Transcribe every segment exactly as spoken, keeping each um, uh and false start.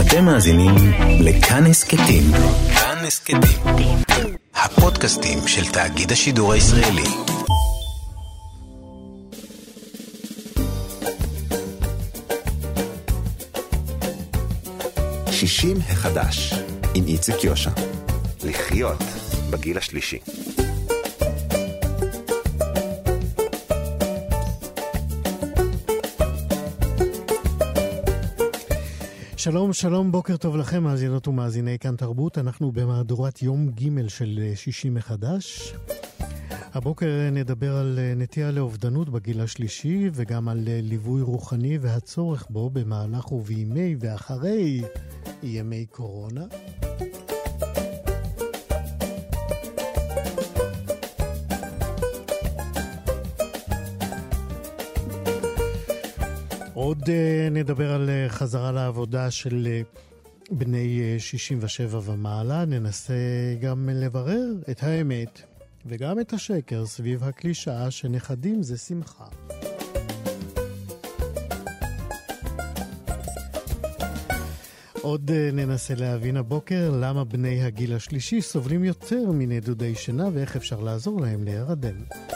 אתם מאזינים לכאן הסכתים. כאן הסכתים. הפודקאסטים של תאגיד השידור הישראלי. שישים החדש עם איציק יושע. לחיות בגיל השלישי. שלום, שלום, בוקר טוב לכם, מאזינות ומאזיני כאן תרבות. אנחנו במהדורת יום ג' של שישים מחדש. הבוקר נדבר על נטייה לאובדנות בגיל השלישי, וגם על ליווי רוחני והצורך בו במהלך ובימי ואחרי ימי קורונה. עוד נדבר על חזרה לעבודה של בני שישים ושבע ומעלה. ננסה גם לברר את האמת וגם את השקר סביב הקלישאה שנכדים זה שמחה. עוד ננסה להבין הבוקר למה בני הגיל השלישי סובלים יותר מנדודי שינה ואיך אפשר לעזור להם להירדם.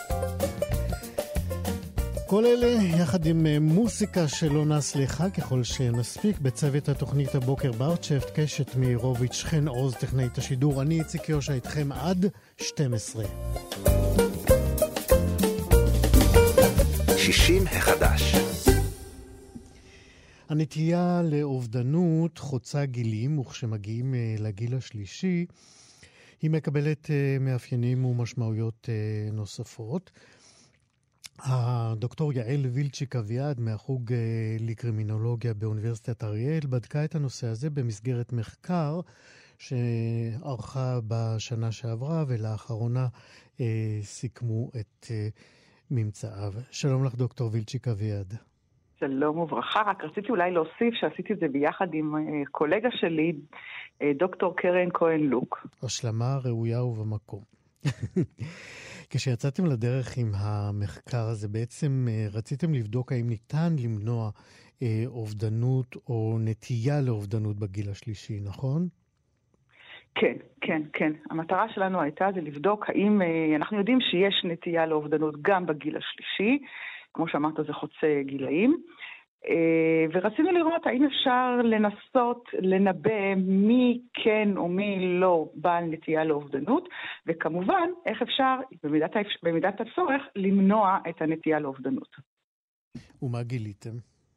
כל אלה יחד עם מוסיקה שלא נסליחה ככל שנספיק. בצוות התוכנית הבוקר ברצ'פט, קשת מאירוביץ', חן עוז טכנאית השידור. אני איציק יושע איתכם עד שתים עשרה. שישים החדש. הנטייה לאובדנות חוצה גילים, וכשמגיעים לגיל השלישי היא מקבלת מאפיינים ומשמעויות נוספות. הדוקטור יעל וילצ'יק אביעד מהחוג לקרימינולוגיה באוניברסיטת אריאל בדקה את הנושא הזה במסגרת מחקר שערכה בשנה שעברה, ולאחרונה אה, סיכמו את אה, ממצאיו. שלום לך דוקטור וילצ'יק אביעד. שלום וברכה, רק רציתי אולי להוסיף שעשיתי את זה ביחד עם קולגה שלי, דוקטור קרן כהן לוק. השלמה ראויה ובמקום. כשיצאתם לדרך עם המחקר הזה, בעצם רציתם לבדוק האם ניתן למנוע אובדנות או נטייה לאובדנות בגיל השלישי, נכון? כן, כן, כן. המטרה שלנו הייתה זה לבדוק האם אנחנו יודעים שיש נטייה לאובדנות גם בגיל השלישי, כמו שאמרת זה חוצה גילאים, ורצינו לראות האם אפשר לנסות לנבא מי כן או מי לא בעל נטייה לאובדנות, וכמובן איך אפשר במידת, במידת הצורך למנוע את הנטייה לאובדנות. ומה גיליתם?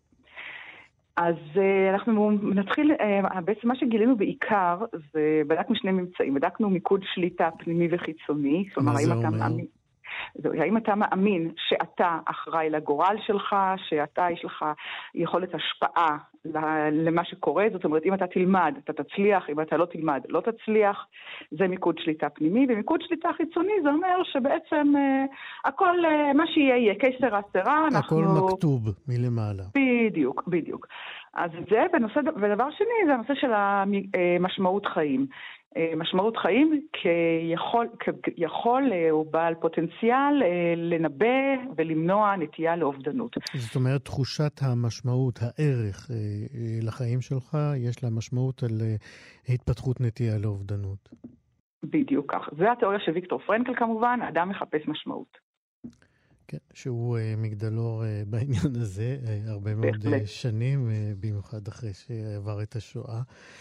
אז אנחנו נתחיל, בעצם מה שגילינו בעיקר זה בדקנו שני ממצאים, בדקנו מיקוד שליטה פנימי וחיצוני. מה זה אומר? זהו, האם אתה מאמין שאתה אחראי לגורל שלך, שאתה יש לך יכולת השפעה למה שקורה, זאת אומרת, אם אתה תלמד, אתה תצליח, אם אתה לא תלמד, לא תצליח, זה מיקוד שליטה פנימי, ומיקוד שליטה חיצוני זה אומר שבעצם אה, הכל, אה, מה שיהיה, יהיה קיסר הסרה, הכל אנחנו... מכתוב מלמעלה. בדיוק, בדיוק. אז זה, בנושא, ודבר שני, זה הנושא של המשמעות חיים. משמעות חיים כיכול, כיכול או בעל פוטנציאל לנבא ולמנוע נטייה לאובדנות. זאת אומרת, תחושת המשמעות, הערך לחיים שלך, יש לה משמעות על התפתחות נטייה לאובדנות. בדיוק כך. זה התיאוריה של ויקטור פרנקל כמובן, אדם מחפש משמעות. כן, שהוא מגדלור בעניין הזה, הרבה מאוד שנים, במיוחד אחרי שעבר את השואה.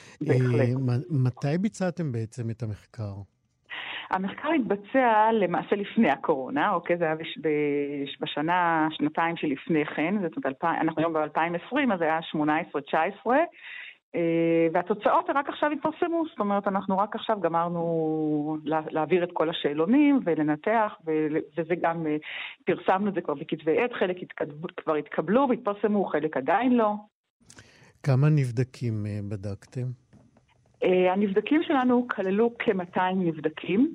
מתי ביצעתם בעצם את המחקר? המחקר התבצע למעשה לפני הקורונה, אוקיי? זה היה בשנה, שנתיים שלפני כן, אנחנו היום ב-אלפיים ועשרים, אז זה היה שמונה עשרה תשע עשרה, והתוצאות רק עכשיו התפרסמו, זאת אומרת, אנחנו רק עכשיו גמרנו להעביר את כל השאלונים ולנתח, וזה גם פרסמנו את זה כבר בכתבי עת, חלק כבר התקבלו והתפרסמו, חלק עדיין לא. כמה נבדקים בדקתם? הנבדקים שלנו כללו כ-מאתיים נבדקים,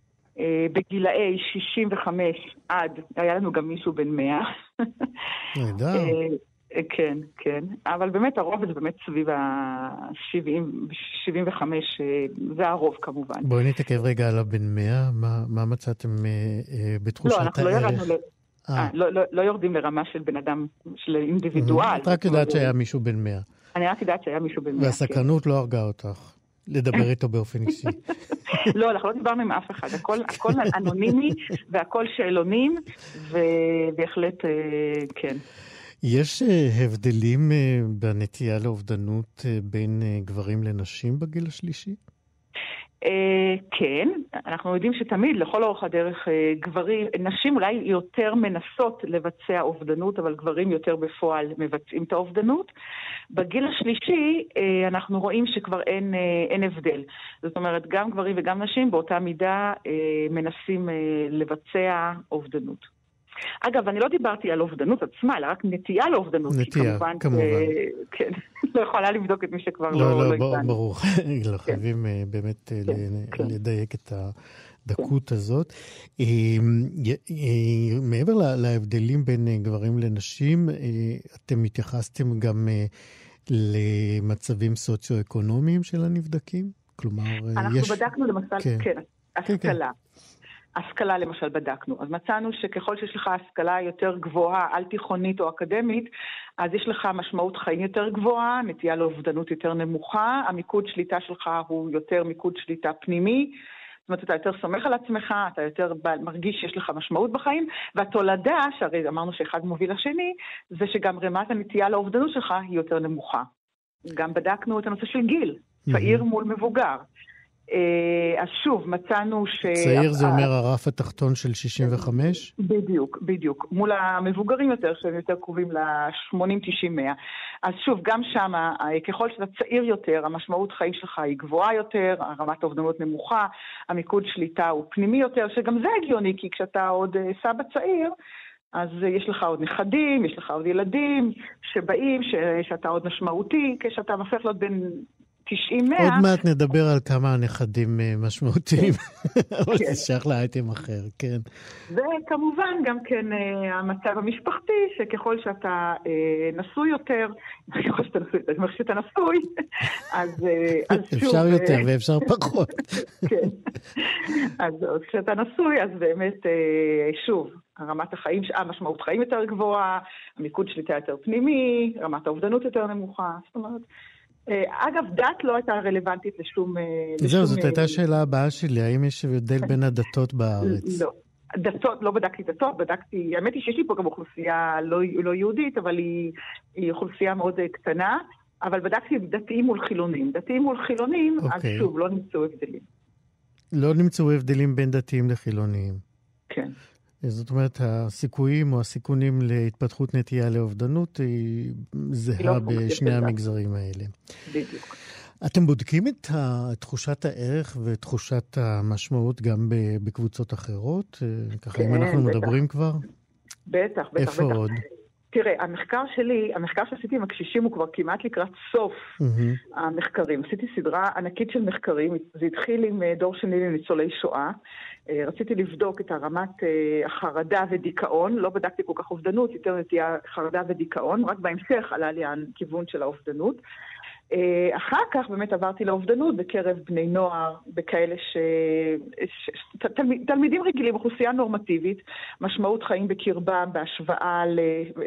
בגילאי שישים וחמש עד, היה לנו גם מישהו בן מאה. נהדר. כן, כן, אבל באמת הרוב זה באמת סביב ה-שבעים, שבעים וחמש, זה הרוב כמובן. בואי נתעכב רגע על הבן מאה, מה, מה מצאתם בתחושת הערך? לא, אנחנו לא ירדנו, לא, לא, לא יורדים לרמה של בן אדם, של אינדיבידואל. את רק יודעת שהיה מישהו בן מאה. אני רק יודעת שהיה מישהו במאה. והסקרנות לא הרגה אותך לדבר איתו באופן אישי. לא, אנחנו לא דיברנו עם אף אחד. הכל אנונימי והכל שאלונים, ובהחלט כן. יש הבדלים בנטייה לאובדנות בין גברים לנשים בגיל השלישי? כן, אנחנו יודעים שתמיד לכל אורך הדרך גברים, נשים אולי יותר מנסות לבצע אובדנות, אבל גברים יותר בפועל מבצעים את האובדנות. בגיל השלישי אנחנו רואים שכבר אין, אין הבדל. זאת אומרת, גם גברים וגם נשים באותה מידה מנסים לבצע אובדנות. אגב, אני לא דיברתי על אובדנות עצמה, אלא רק נטייה לאובדנות. נטייה, כמובן. כמובן. כן, לא יכולה לבדוק את מי שכבר לא, לא, לא, לא איתנו. ברור, לא חייבים באמת לדייק את הדקות הזאת. מעבר להבדלים בין גברים לנשים, אתם התייחסתם גם למצבים סוציו-אקונומיים של הנבדקים? כלומר, אנחנו בדקנו למשל, כן, השכלה. השכלה למשל בדקנו. אז מצאנו שככל שיש לך השכלה יותר גבוהה, על תיכונית או אקדמית, אז יש לך משמעות חיים יותר גבוהה, נטייה לאובדנות יותר נמוכה, המיקוד שליטה שלך הוא יותר מיקוד שליטה פנימי, זאת אומרת, אתה יותר סומך על עצמך, אתה יותר מרגיש שיש לך משמעות בחיים, והתולדה, שהרי אמרנו שאחד מוביל לשני, זה שגם רמת הנטייה לאובדנות שלך היא יותר נמוכה. גם בדקנו את הנושא של גיל, צעיר מול מבוגר. אז שוב, מצאנו ש... צעיר זה אומר הרף התחתון של שישים וחמש? בדיוק, בדיוק. מול המבוגרים יותר, שהם יותר קרובים ל-שמונים תשעים מאה. אז שוב, גם שם, ככל שאתה צעיר יותר, המשמעות חיים שלך היא גבוהה יותר, הרמת האובדנות נמוכה, המיקוד שליטה הוא פנימי יותר, שגם זה הגיוני, כי כשאתה עוד סבא צעיר, אז יש לך עוד נכדים, יש לך עוד ילדים שבאים, ש... שאתה עוד משמעותי, כשאתה מפך להיות בין... תשעים מאה. עוד מעט נדבר על כמה הנכדים משמעותיים, אבל זה שייך לאייטם אחר, כן. וכמובן גם כן המצב המשפחתי, שככל שאתה נשוי יותר, ככל שאתה נשוי, אז שוב... אפשר יותר ואפשר פחות. כן. אז כשאתה נשוי, אז באמת, שוב, רמת החיים, המשמעות חיים יותר גבוהה, המיקוד שליטה יותר פנימי, רמת האובדנות יותר נמוכה, זאת אומרת, אגב, דת לא הייתה רלוונטית לשום... זהו, זאת הייתה שאלה הבאה שלי, האם יש הבדל בין הדתות בארץ? לא, דתות, לא בדקתי דתות, בדקתי, האמת היא שיש לי פה גם אוכלוסייה לא יהודית, אבל היא אוכלוסייה מאוד קטנה, אבל בדקתי דתיים מול חילונים. דתיים מול חילונים, אז שוב, לא נמצאו הבדלים. לא נמצאו הבדלים בין דתיים לחילוניים. כן. זאת אומרת, הסיכויים או הסיכונים להתפתחות נטייה לאובדנות היא זהה בשני המגזרים האלה. בדיוק. אתם בודקים את תחושת הערך ותחושת המשמעות גם בקבוצות אחרות? ככה, אם אנחנו מדברים כבר? בטח, בטח. איפה עוד? תראה, המחקר שלי, המחקר שעשיתי עם הקשישים הוא כבר כמעט לקראת סוף המחקרים. עשיתי סדרה ענקית של מחקרים, זה התחיל עם דור שני לניצולי שואה. רציתי לבדוק את הרמת החרדה ודיכאון, לא בדקתי כל כך אובדנות, יותר נטייה חרדה ודיכאון, רק בהמשך עלה לי הכיוון של האובדנות. אחר כך באמת עברתי לאובדנות בקרב בני נוער, בכאלה ש... ש... תלמיד, תלמידים רגילים, אוכלוסייה נורמטיבית, משמעות חיים בקרבם בהשוואה ל...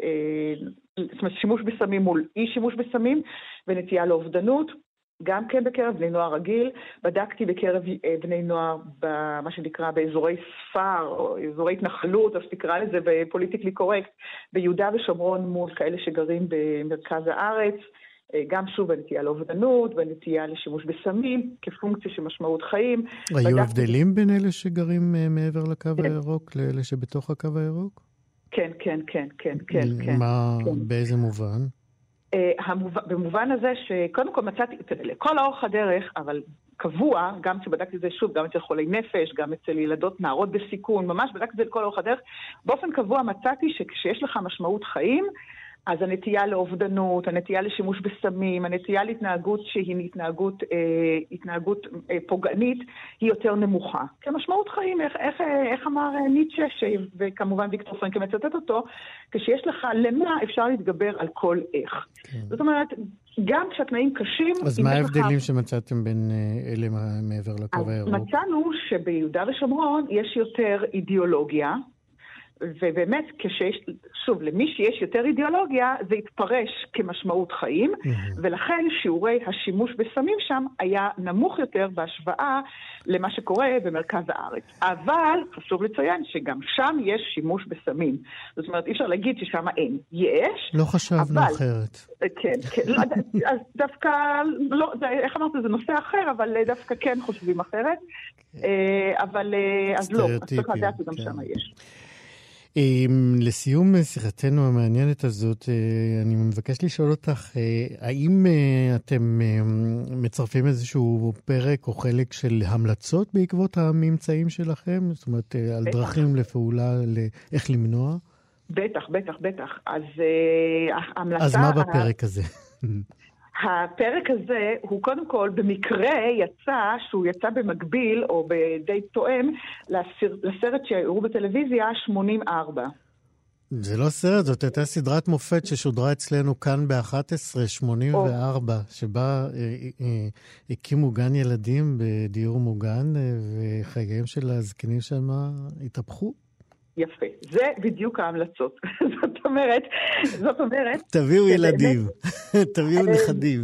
זאת אומרת, שימוש בסמים מול אי שימוש בסמים ונטייה לאובדנות. גם כן בקרב בני נוער רגיל, בדקתי בקרב בני נוער במה שנקרא באזורי ספר, או אזורי התנחלות, או שתקרא לזה בפוליטיקלי קורקט, ביהודה ושומרון מול כאלה שגרים במרכז הארץ, גם שוב בנטייה לאובדנות, בנטייה לשימוש בסמים, כפונקציה של משמעות חיים. היו בדקתי... הבדלים בין אלה שגרים מעבר לקו כן. הירוק, לאלה שבתוך הקו הירוק? כן, כן, כן, כן, כן. מה, כן. באיזה מובן? במובן הזה שקודם כל מצאתי, לכל האורך הדרך, אבל קבוע, גם כשבדקתי את זה שוב, גם אצל חולי נפש, גם אצל ילדות, נערות בסיכון, ממש בדקתי את זה לכל האורך הדרך, באופן קבוע מצאתי שכשיש לך משמעות חיים, אז הנטייה לאובדנות, הנטייה לשימוש בסמים, הנטייה להתנהגות שהיא התנהגות, אה, התנהגות אה, פוגענית, היא יותר נמוכה. כמשמעות חיים, איך, איך, איך אמר ניטשה, וכמובן ויקטור פרנקל מצטט אותו, כשיש לך למה אפשר להתגבר על כל איך. כן. זאת אומרת, גם כשהתנאים קשים... אז מה ההבדלים לך... שמצאתם בין אלה מעבר לקו הירוק? מצאנו שביהודה ושומרון יש יותר אידיאולוגיה, ובאמת, כשיש, שוב, למי שיש יותר אידיאולוגיה, זה יתפרש כמשמעות חיים, mm-hmm. ולכן שיעורי השימוש בסמים שם היה נמוך יותר בהשוואה למה שקורה במרכז הארץ. אבל חשוב לציין שגם שם יש שימוש בסמים. זאת אומרת, אי אפשר להגיד ששם אין. יש. לא חשבנו אבל, אחרת. כן, כן. אז דווקא, לא, זה, איך אמרת, זה נושא אחר, אבל דווקא כן חושבים אחרת. אבל אז לא, אז צריך לדעת שגם שם יש. לסיום שיחתנו המעניינת הזאת, אני מבקש לשאול אותך, האם אתם מצרפים איזשהו פרק או חלק של המלצות בעקבות הממצאים שלכם? זאת אומרת, על דרכים לפעולה, איך למנוע? בטח, בטח, בטח. אז המלצה... אז מה בפרק הזה? הפרק הזה הוא קודם כל במקרה יצא, שהוא יצא במקביל או בדי תואם לסרט שהראו בטלוויזיה שמונים וארבע. זה לא סרט, זאת הייתה סדרת מופת ששודרה אצלנו כאן ב-אחת עשרה שמונים וארבע, שבה הקימו גן ילדים בדיור מוגן, וחייהם של הזקנים שם התהפכו. יפה. זה בדיוק ההמלצות. זאת אומרת, זאת אומרת... תביאו ילדים, תביאו נכדים.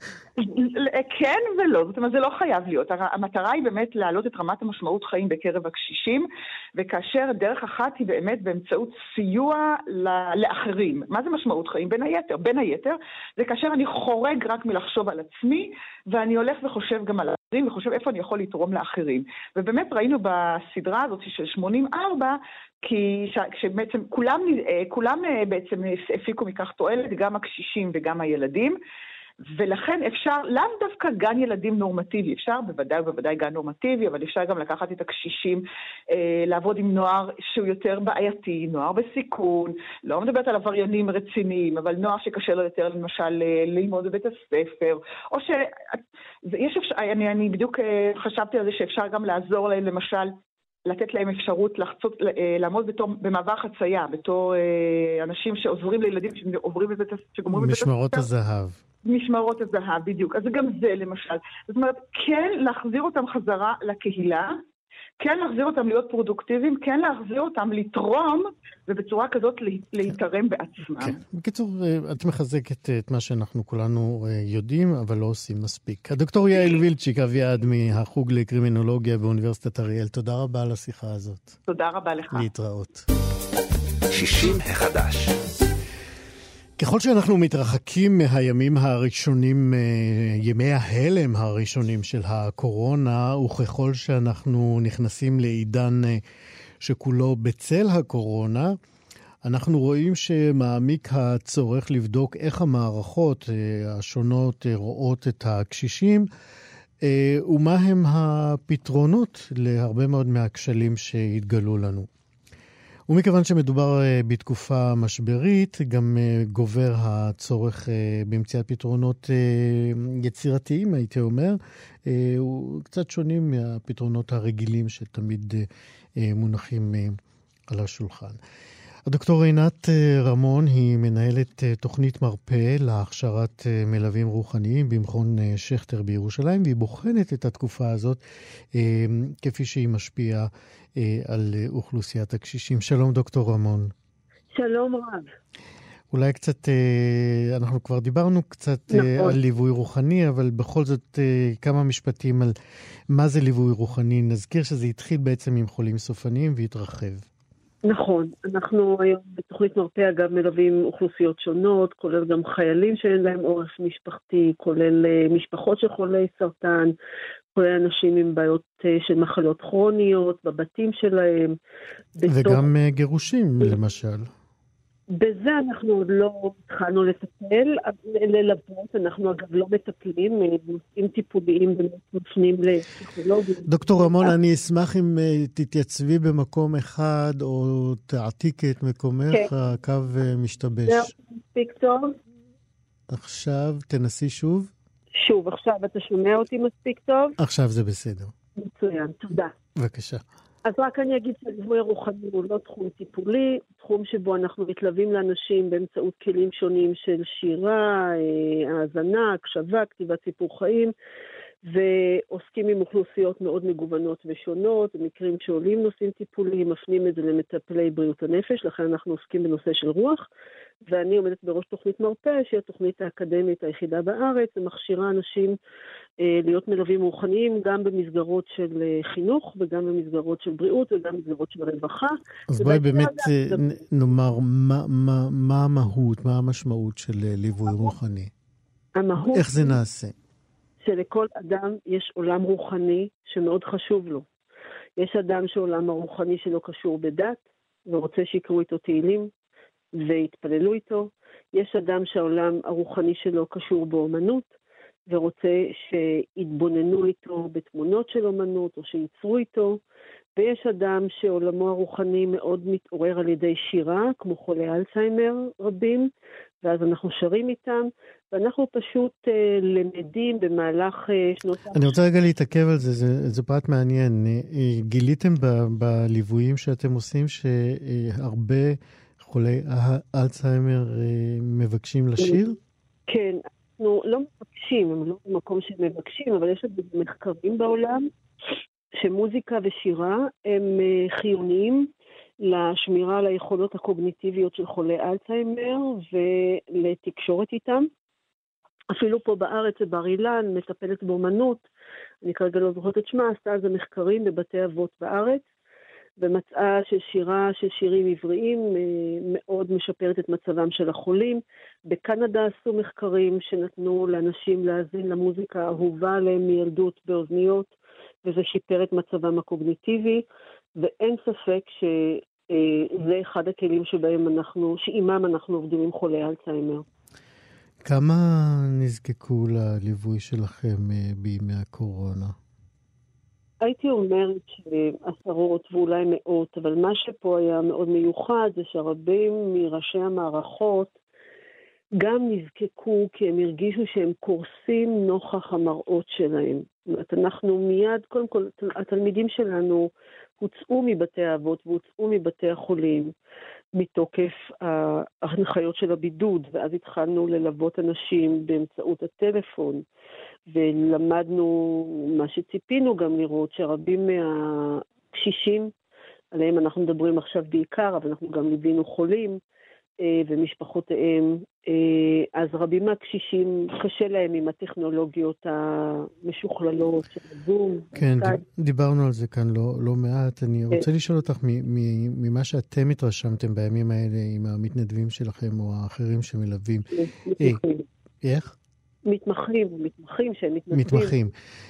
כן ולא, זאת אומרת, זה לא חייב להיות. המטרה היא באמת להעלות את רמת המשמעות חיים בקרב הקשישים, וכאשר דרך אחת היא באמת באמצעות סיוע לאחרים. מה זה משמעות חיים? בין היתר. בין היתר, זה כאשר אני חורג רק מלחשוב על עצמי, ואני הולך וחושב גם על אחרים, וחושב איפה אני יכול לתרום לאחרים. ובאמת ראינו בסדרה הזאת של שמונים וארבע, כי שבעצם כולם, כולם בעצם הפיקו מכך תועלת, גם הקשישים וגם הילדים, ולכן אפשר, לאו דווקא גן ילדים נורמטיבי, אפשר בוודאי ובוודאי גן נורמטיבי, אבל אפשר גם לקחת את הקשישים, אה, לעבוד עם נוער שהוא יותר בעייתי, נוער בסיכון, לא מדברת על עבריינים רציניים, אבל נוער שקשה לו יותר למשל ללמוד בבית הספר, או ש... יש אפשר, אני, אני בדיוק חשבתי על זה שאפשר גם לעזור להם למשל, לתת להם אפשרות לחצות, לעמוד בתור, במעבר חצייה, בתור אה, אנשים שעוזרים לילדים שעוברים בבית הספר. משמרות הזהב. משמרות הזהב, בדיוק. אז גם זה למשל. זאת אומרת, כן להחזיר אותם חזרה לקהילה, כן להחזיר אותם להיות פרודוקטיביים, כן להחזיר אותם לתרום, ובצורה כזאת להתערם בעצמם. כן. בקיצור, את מחזקת את מה שאנחנו כולנו יודעים, אבל לא עושים מספיק. הדוקטור יעל וילצ'יק, אביעד מהחוג לקרימינולוגיה באוניברסיטת אריאל, תודה רבה על השיחה הזאת. תודה רבה לך. להתראות. שישים החדש. ככל שאנחנו מתרחקים מהימים הראשונים, ימי ההלם הראשונים של הקורונה, וככל שאנחנו נכנסים לעידן שכולו בצל הקורונה, אנחנו רואים שמעמיק הצורך לבדוק איך המערכות השונות רואות את הקשישים, ומה הם הפתרונות להרבה מאוד מהכשלים שהתגלו לנו. ומכיוון שמדובר בתקופה משברית, גם גובר הצורך במציאת פתרונות יצירתיים, הייתי אומר, קצת שונים מהפתרונות הרגילים שתמיד מונחים על השולחן. הדוקטור עינת רמון היא מנהלת תוכנית מרפא להכשרת מלווים רוחניים במכון שכטר בירושלים, והיא בוחנת את התקופה הזאת כפי שהיא משפיעה על אוכלוסיית הקשישים. שלום דוקטור רמון. שלום רב. אולי קצת, אנחנו כבר דיברנו קצת נכון. על ליווי רוחני, אבל בכל זאת כמה משפטים על מה זה ליווי רוחני. נזכיר שזה התחיל בעצם עם חולים סופניים והתרחב. נכון, אנחנו היום בתוכנית מרפא אגב מלווים אוכלוסיות שונות, כולל גם חיילים שאין להם עורף משפחתי, כולל משפחות של חולי סרטן, כולל אנשים עם בעיות של מחלות כרוניות בבתים שלהם. וגם בתוך... גירושים למשל. בזה אנחנו עוד לא התחלנו לטפל, ללוות, אנחנו אגב לא מטפלים, נושאים טיפוליים באמת מופנים לפסיכולוגים. דוקטור רמון, אני אשמח אם תתייצבי במקום אחד או תעתיקי את מקומך, הקו משתבש. זה מספיק טוב. עכשיו תנסי שוב. שוב, עכשיו אתה שומע אותי מספיק טוב? עכשיו זה בסדר. מצוין, תודה. בבקשה. אז רק אני אגיד שהליווי הרוחני הוא לא תחום טיפולי, תחום שבו אנחנו מתלווים לאנשים באמצעות כלים שונים של שירה, האזנה, הקשבה, כתיבת סיפור חיים, ועוסקים עם אוכלוסיות מאוד מגוונות ושונות, במקרים שעולים נושאים טיפוליים, מפנים את זה למטפלי בריאות הנפש, לכן אנחנו עוסקים בנושא של רוח, ואני עומדת בראש תוכנית מרפא, שהיא התוכנית האקדמית היחידה בארץ, ומכשירה אנשים אה, להיות מלווים רוחניים, גם במסגרות של אה, חינוך, וגם במסגרות של בריאות, וגם במסגרות של רווחה. אז בואי באמת זה... נאמר, מה, מה, מה המהות, מה המשמעות של ליווי רוחני? המהות... איך זה נעשה? שלכל אדם יש עולם רוחני שמאוד חשוב לו. יש אדם שעולם הרוחני שלו קשור בדת, ורוצה שיקראו איתו תהילים, והתפללו איתו. יש אדם שהעולם הרוחני שלו קשור באומנות, ורוצה שיתבוננו איתו בתמונות של אומנות, או שיצרו איתו. ויש אדם שעולמו הרוחני מאוד מתעורר על ידי שירה, כמו חולי אלצהיימר רבים, ואז אנחנו שרים איתם, ואנחנו פשוט uh, למדים במהלך uh, שנות... אני רוצה רגע להתעכב על זה, זה, זה פרט מעניין. גיליתם ב- בליוויים שאתם עושים שהרבה חולי אלצהיימר מבקשים לשיר? כן, אנחנו לא מבקשים, הם לא במקום שהם מבקשים, אבל יש עוד מחקרים בעולם, שמוזיקה ושירה הם חיוניים לשמירה על היכולות הקוגניטיביות של חולי אלצהיימר ולתקשורת איתם. אפילו פה בארץ, בר אילן, מטפלת באומנות, אני כרגע לא זוכרת את שמה, עשתה על זה מחקרים בבתי אבות בארץ, ומצאה ששירה של שירים עבריים מאוד משפרת את מצבם של החולים. בקנדה עשו מחקרים שנתנו לאנשים להאזין למוזיקה האהובה עליהם מילדות באוזניות, וזה שיפר את מצבם הקוגניטיבי, ואין ספק שזה אחד הכלים שבהם אנחנו, שעימם אנחנו עובדים עם חולי אלצהיימר. כמה נזקקו לליווי שלכם בימי הקורונה? הייתי אומרת שעשרות ואולי מאות, אבל מה שפה היה מאוד מיוחד זה שרבים מראשי המערכות גם נזקקו כי הם הרגישו שהם קורסים נוכח המראות שלהם. זאת אומרת, אנחנו מיד, קודם כל, התלמידים שלנו הוצאו מבתי האבות והוצאו מבתי החולים מתוקף ההנחיות של הבידוד, ואז התחלנו ללוות אנשים באמצעות הטלפון, ולמדנו מה שציפינו גם לראות, שרבים מהקשישים, עליהם אנחנו מדברים עכשיו בעיקר, אבל אנחנו גם ליווינו חולים ומשפחותיהם, אז רבים מהקשישים קשה להם עם הטכנולוגיות המשוכללות של הזום. כן, דיברנו על זה כאן לא, לא מעט. אני רוצה לשאול אותך, ממה שאתם התרשמתם בימים האלה עם המתנדבים שלכם או האחרים שמלווים. מתמחים. איך? מתמחים, מתמחים שהם מתנדבים. מתמחים.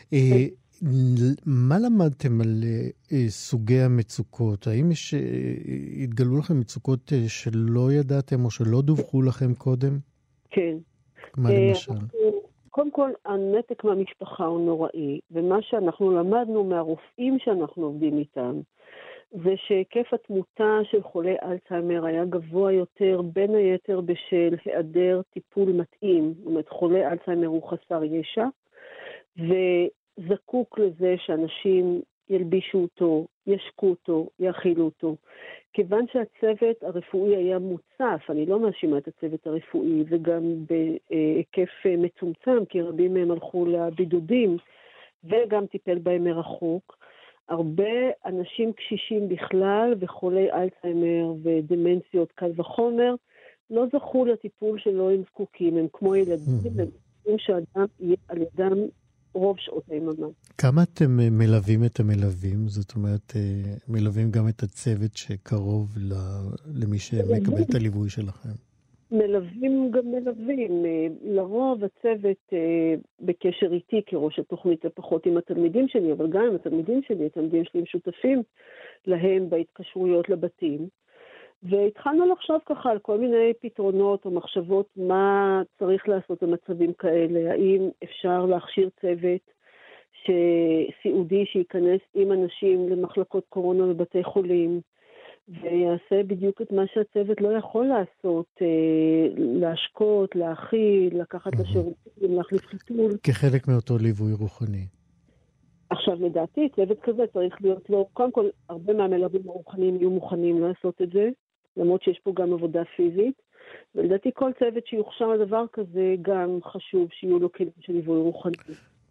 מה למדתם על סוגי המצוקות? האם יש, התגלו לכם מצוקות שלא ידעתם או שלא דווחו לכם קודם? כן. מה למשל? קודם כל, הנתק מהמשפחה הוא נוראי, ומה שאנחנו למדנו מהרופאים שאנחנו עובדים איתם, זה שהיקף התמותה של חולי אלצהיימר היה גבוה יותר, בין היתר בשל היעדר טיפול מתאים. זאת אומרת, חולי אלצהיימר הוא חסר ישע, וזקוק לזה שאנשים ילבישו אותו, ישקו אותו, יאכילו אותו. כיוון שהצוות הרפואי היה מוצף, אני לא מאשימה את הצוות הרפואי, וגם בהיקף מצומצם, כי רבים מהם הלכו לבידודים, וגם טיפל בהם מרחוק, הרבה אנשים קשישים בכלל וחולי אלצהיימר ודמנציות קל וחומר לא זכו לטיפול שלו הם זקוקים, הם כמו ילדים, הם זקוקים שאדם יהיה על ידם רוב שעות היממה. כמה אתם מלווים את המלווים? זאת אומרת, מלווים גם את הצוות שקרוב למי שמקבל את הליווי שלכם? מלווים גם מלווים. לרוב הצוות בקשר איתי כראש התוכנית לפחות עם התלמידים שלי, אבל גם עם התלמידים שלי, התלמידים שלי הם שותפים להם בהתקשרויות לבתים. והתחלנו לחשוב ככה על כל מיני פתרונות או מחשבות מה צריך לעשות במצבים כאלה. האם אפשר להכשיר צוות סיעודי שייכנס עם אנשים למחלקות קורונה בבתי חולים, ויעשה בדיוק את מה שהצוות לא יכול לעשות, להשקות, להאכיל, לקחת לשירותים, להחליף חיתול. כחלק מאותו ליווי רוחני. עכשיו, לדעתי, צוות כזה צריך להיות לו, קודם כל, הרבה מהמלווים הרוחניים יהיו מוכנים לעשות את זה, למרות שיש פה גם עבודה פיזית, ולדעתי כל צוות שיוכשר לדבר כזה גם חשוב שיהיו לו כלים של ליווי רוחני.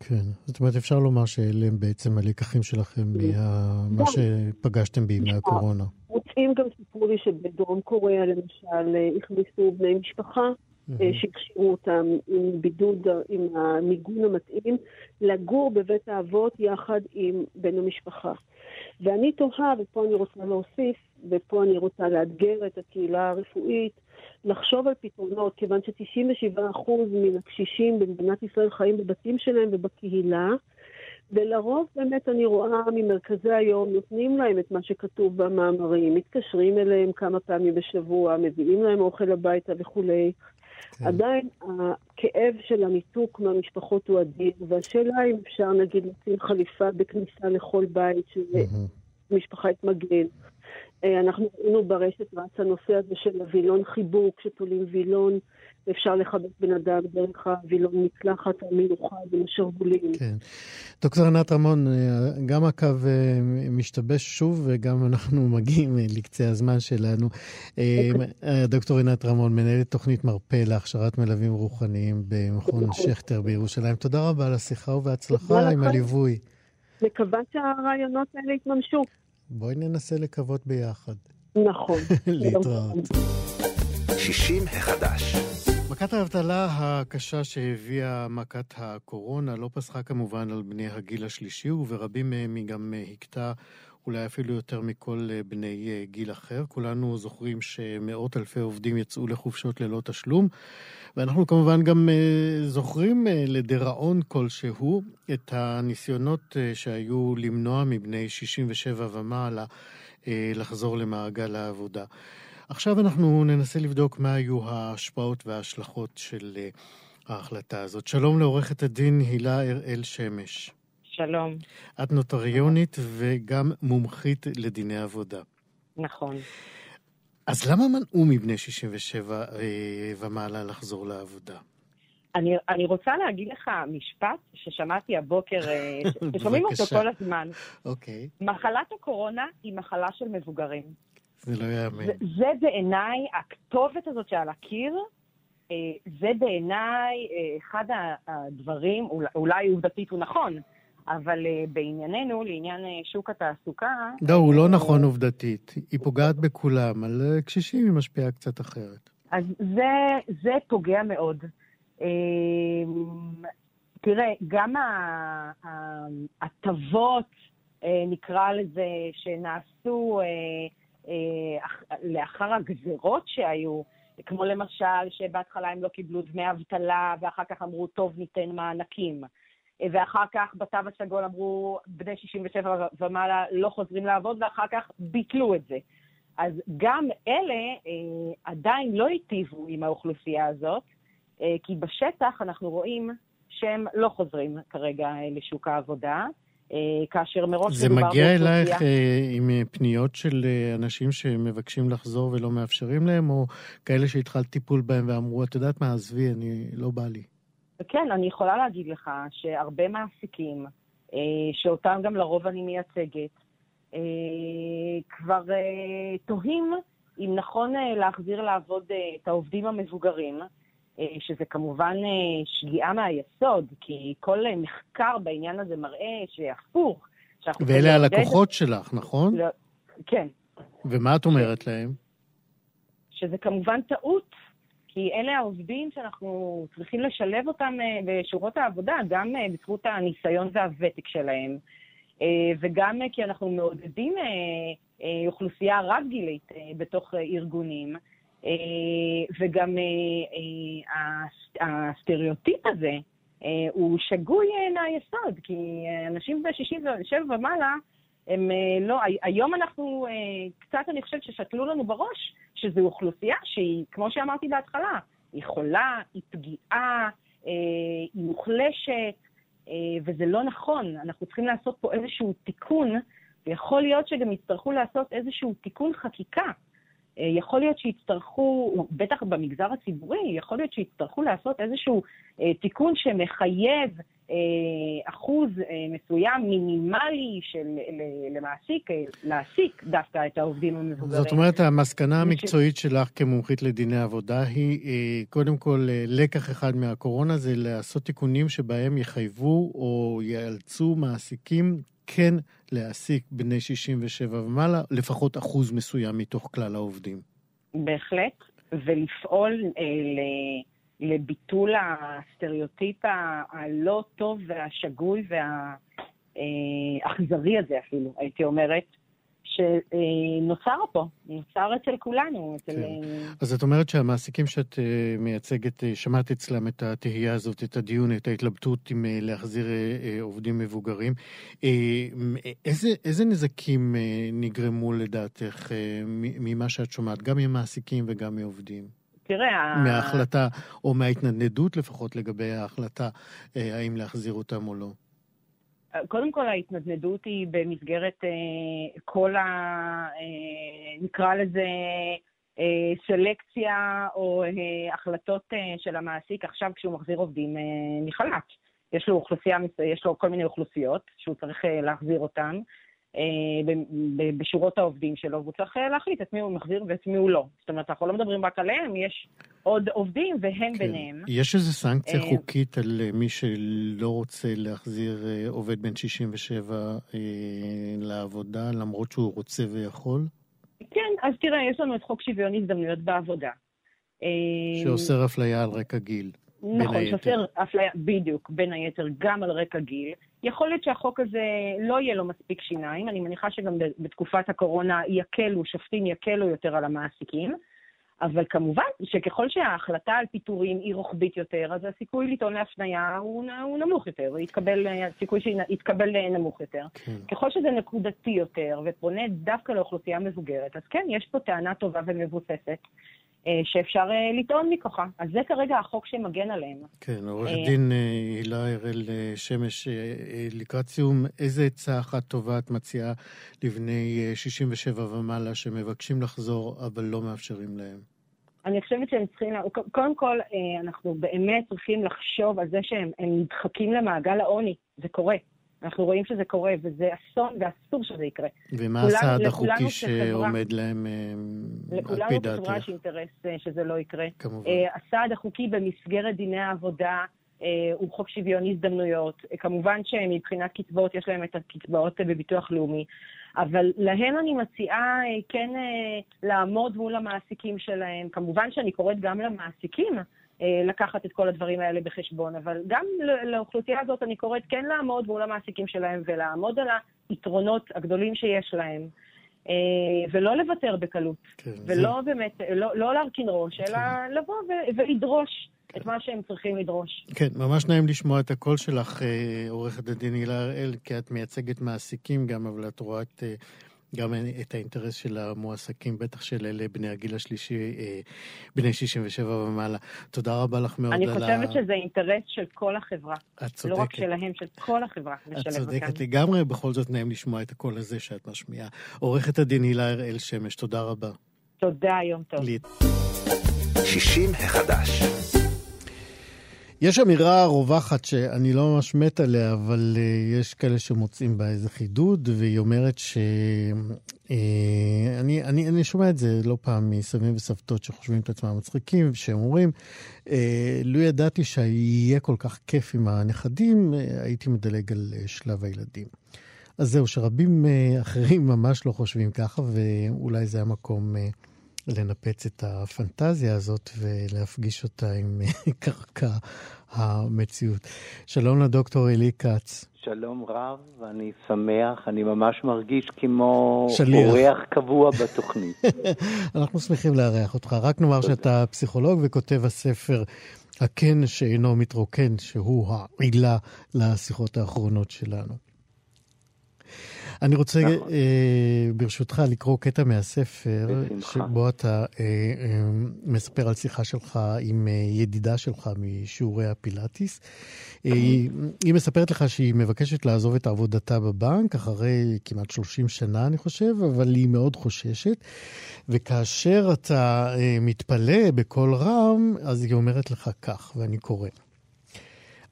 כן, זאת אומרת, אפשר לומר שאלה הם בעצם הלקחים שלכם מה שפגשתם בימי הקורונה. רוצים גם סיפור לי שבדרום קוריאה, למשל, הכניסו בני משפחה, שהכשירו אותם עם בידוד, עם המיגון המתאים, לגור בבית האבות יחד עם בן המשפחה. ואני תוהה, ופה אני רוצה להוסיף, ופה אני רוצה לאתגר את הקהילה הרפואית, לחשוב על פתרונות, כיוון ש-תשעים ושבעה אחוז מן הקשישים במדינת ישראל חיים בבתים שלהם ובקהילה, ולרוב באמת אני רואה ממרכזי היום, נותנים להם את מה שכתוב במאמרים, מתקשרים אליהם כמה פעמים בשבוע, מביאים להם אוכל הביתה וכולי. כן. עדיין הכאב של הניתוק מהמשפחות הוא אדיר, והשאלה אם אפשר נגיד לשים חליפה בכניסה לכל בית שמשפחה התמגן. אנחנו ראינו ברשת רץ הנושא הזה של הווילון חיבוק, שתולים וילון, ואפשר לחבק בן אדם דרך הווילון מקלחת המיוחד עם השרוולים. כן. דוקטור עינת רמון, גם הקו משתבש שוב, וגם אנחנו מגיעים לקצה הזמן שלנו. דוקטור עינת רמון, מנהלת תוכנית מרפא להכשרת מלווים רוחניים במכון שכטר בירושלים. תודה רבה על השיחה ובהצלחה עם הליווי. מקווה שהרעיונות האלה יתממשו. בואי ננסה לקוות ביחד. נכון. להתראות. שישים החדש. מכת האבטלה הקשה שהביאה מכת הקורונה לא פסחה כמובן על בני הגיל השלישי, וברבים מהם היא גם הכתה אולי אפילו יותר מכל בני גיל אחר. כולנו זוכרים שמאות אלפי עובדים יצאו לחופשות ללא תשלום, ואנחנו כמובן גם זוכרים לדרעון כלשהו את הניסיונות שהיו למנוע מבני שישים ושבע ומעלה לחזור למעגל העבודה. עכשיו אנחנו ננסה לבדוק מה היו ההשפעות וההשלכות של ההחלטה הזאת. שלום לעורכת הדין הילה הראל שמש. שלום. את נוטריונית וגם מומחית לדיני עבודה. נכון. אז למה מנעו מבני שישים ושבע ומעלה לחזור לעבודה? אני, אני רוצה להגיד לך משפט ששמעתי הבוקר, ששומעים אותו כל הזמן. אוקיי. מחלת הקורונה היא מחלה של מבוגרים. זה לא יאמן. זה, זה בעיניי, הכתובת הזאת שעל הקיר, זה בעיניי אחד הדברים, אולי עובדתית הוא נכון, אבל בענייננו, לעניין שוק התעסוקה... לא, הוא לא נכון עובדתית. היא פוגעת בכולם, על קשישים היא משפיעה קצת אחרת. אז זה, זה פוגע מאוד. תראה, גם ההטבות, נקרא לזה, שנעשו לאחר הגזרות שהיו, כמו למשל שבהתחלה הם לא קיבלו דמי אבטלה, ואחר כך אמרו, טוב, ניתן מענקים. ואחר כך בתו הסגול אמרו, בני שישים ושבע ומעלה לא חוזרים לעבוד, ואחר כך ביטלו את זה. אז גם אלה אה, עדיין לא היטיבו עם האוכלוסייה הזאת, אה, כי בשטח אנחנו רואים שהם לא חוזרים כרגע לשוק העבודה, אה, כאשר מראש... זה מגיע אלייך אה, עם פניות של אנשים שמבקשים לחזור ולא מאפשרים להם, או כאלה שהתחלת טיפול בהם ואמרו, את יודעת מה, עזבי, אני לא בא לי. כן, אני יכולה להגיד לך שהרבה מעסיקים, אה, שאותם גם לרוב אני מייצגת, אה, כבר אה, תוהים אם נכון אה, להחזיר לעבוד אה, את העובדים המבוגרים, אה, שזה כמובן אה, שגיאה מהיסוד, כי כל אה, מחקר בעניין הזה מראה שהפוך. ואלה הלקוחות שלך, נכון? לא, כן. ומה את אומרת להם? שזה כמובן טעות. כי אלה העובדים שאנחנו צריכים לשלב אותם בשורות העבודה, גם בזכות הניסיון והוותק שלהם, וגם כי אנחנו מעודדים אוכלוסייה רק גילית בתוך ארגונים, וגם הסטריאוטיפ הזה הוא שגוי מהיסוד, כי אנשים ב-שישים ושבע ומעלה, הם לא, היום אנחנו, קצת אני חושבת ששתלו לנו בראש, שזו אוכלוסייה שהיא, כמו שאמרתי בהתחלה, היא חולה, היא פגיעה, היא מוחלשת, וזה לא נכון. אנחנו צריכים לעשות פה איזשהו תיקון, ויכול להיות שגם יצטרכו לעשות איזשהו תיקון חקיקה. יכול להיות שיצטרכו, בטח במגזר הציבורי, יכול להיות שיצטרכו לעשות איזשהו תיקון שמחייב אחוז מסוים מינימלי של למעסיק, להעסיק דווקא את העובדים המבוגרים. זאת אומרת, המסקנה המקצועית שלך כמומחית לדיני עבודה היא, קודם כל, לקח אחד מהקורונה זה לעשות תיקונים שבהם יחייבו או יאלצו מעסיקים כן להעסיק בני שישים ושבע ומעלה, לפחות אחוז מסוים מתוך כלל העובדים. בהחלט, ולפעול ל... לביטול הסטריאוטיפ הלא טוב והשגוי והאכזרי הזה אפילו, הייתי אומרת, שנוצר פה, נוצר אצל כולנו. אצל... כן. אז את אומרת שהמעסיקים שאת מייצגת, שמעת אצלם את התהייה הזאת, את הדיון, את ההתלבטות עם להחזיר עובדים מבוגרים. איזה, איזה נזקים נגרמו לדעתך ממה שאת שומעת, גם ממעסיקים וגם מעובדים? תראה, מההחלטה, או מההתנדנדות לפחות לגבי ההחלטה, האם להחזיר אותם או לא? קודם כל, ההתנדנדות היא במסגרת כל ה... נקרא לזה סלקציה או החלטות של המעסיק עכשיו כשהוא מחזיר עובדים מחל"ת. יש לו אוכלוסייה, יש לו כל מיני אוכלוסיות שהוא צריך להחזיר אותן. בשורות העובדים שלו, והוא צריך להחליט את מי הוא מחזיר ואת מי הוא לא. זאת אומרת, אנחנו לא מדברים רק עליהם, יש עוד עובדים והם ביניהם. יש איזו סנקציה חוקית על מי שלא רוצה להחזיר עובד בן שישים ושבע לעבודה, למרות שהוא רוצה ויכול? כן, אז תראה, יש לנו את חוק שוויון הזדמנויות בעבודה. שאוסר אפליה על רקע גיל. נכון, שאוסר אפליה בדיוק, בין היתר, גם על רקע גיל. יכול להיות שהחוק הזה לא יהיה לו מספיק שיניים, אני מניחה שגם בתקופת הקורונה יקלו, שופטים יקלו יותר על המעסיקים, אבל כמובן שככל שההחלטה על פיטורים היא רוחבית יותר, אז הסיכוי לטעון להפניה הוא, הוא נמוך יותר, יתקבל, הסיכוי שיתקבל נמוך יותר. כן. ככל שזה נקודתי יותר ופונה דווקא לאוכלוסייה מבוגרת, אז כן, יש פה טענה טובה ומבוססת, שאפשר לטעון מכוחה. אז זה כרגע החוק שמגן עליהם. כן, עורך דין הילה הראל שמש, לקראת סיום, איזה עצה אחת טובה את מציעה לבני שישים ושבע ומעלה שמבקשים לחזור, אבל לא מאפשרים להם? אני חושבת שהם צריכים, קודם כל, אנחנו באמת צריכים לחשוב על זה שהם נדחקים למעגל העוני. זה קורה. אנחנו רואים שזה קורה, וזה אסון, ואסור שזה יקרה. ומה הסעד החוקי שעומד להם על פי דעתך? לכולנו כחברה יש אינטרס שזה לא יקרה. כמובן. הסעד החוקי במסגרת דיני העבודה הוא חוק שוויון הזדמנויות. כמובן שמבחינת קצבאות יש להם את הקצבאות בביטוח לאומי, אבל להם אני מציעה כן לעמוד מול המעסיקים שלהם. כמובן שאני קוראת גם למעסיקים, לקחת את כל הדברים האלה בחשבון, אבל גם לאוכלוסייה הזאת אני קוראת כן לעמוד מול המעסיקים שלהם ולעמוד על היתרונות הגדולים שיש להם, ולא לוותר בקלות, כן, ולא זה... באמת, לא, לא להרכין ראש, אלא כן. לבוא ו- ולדרוש כן. את מה שהם צריכים לדרוש. כן, ממש נעים לשמוע את הקול שלך, עורכת הדין הילה הראל, כי את מייצגת מעסיקים גם, אבל את רואה את... גם את האינטרס של המועסקים, בטח של אלה בני הגיל השלישי, בני שישים ושבע ומעלה. תודה רבה לך מאוד. אני חושבת שזה אינטרס של כל החברה. את צודקת. לא רק שלהם, של כל החברה. את צודקת לגמרי, בכל זאת נעים לשמוע את הקול הזה שאת משמיעה. עורכת הדין הילה הראל שמש, תודה רבה. תודה, יום טוב. שישים החדש. יש אמירה רווחת שאני לא ממש מת עליה, אבל uh, יש כאלה שמוצאים בה איזה חידוד, והיא אומרת ש... Uh, אני, אני, אני שומע את זה לא פעם מסבים וסבתות שחושבים את עצמם מצחיקים, שהם אומרים, uh, לא ידעתי שיהיה כל כך כיף עם הנכדים, uh, הייתי מדלג על uh, שלב הילדים. אז זהו, שרבים uh, אחרים ממש לא חושבים ככה, ואולי זה המקום... Uh, לנפץ את הפנטזיה הזאת ולהפגיש אותה עם קרקע המציאות. שלום לדוקטור אלי כץ. שלום רב, ואני שמח, אני ממש מרגיש כמו אורח קבוע בתוכנית. אנחנו שמחים לארח אותך. רק נאמר שאתה פסיכולוג וכותב הספר הכן שאינו מתרוקן, שהוא העילה לשיחות האחרונות שלנו. אני רוצה נכון. אה, ברשותך לקרוא קטע מהספר, שבו אתה אה, אה, מספר על שיחה שלך עם אה, ידידה שלך משיעורי הפילאטיס. אה, היא, היא מספרת לך שהיא מבקשת לעזוב את עבודתה בבנק, אחרי כמעט שלושים שנה אני חושב, אבל היא מאוד חוששת. וכאשר אתה אה, מתפלא בקול רם, אז היא אומרת לך כך, ואני קורא.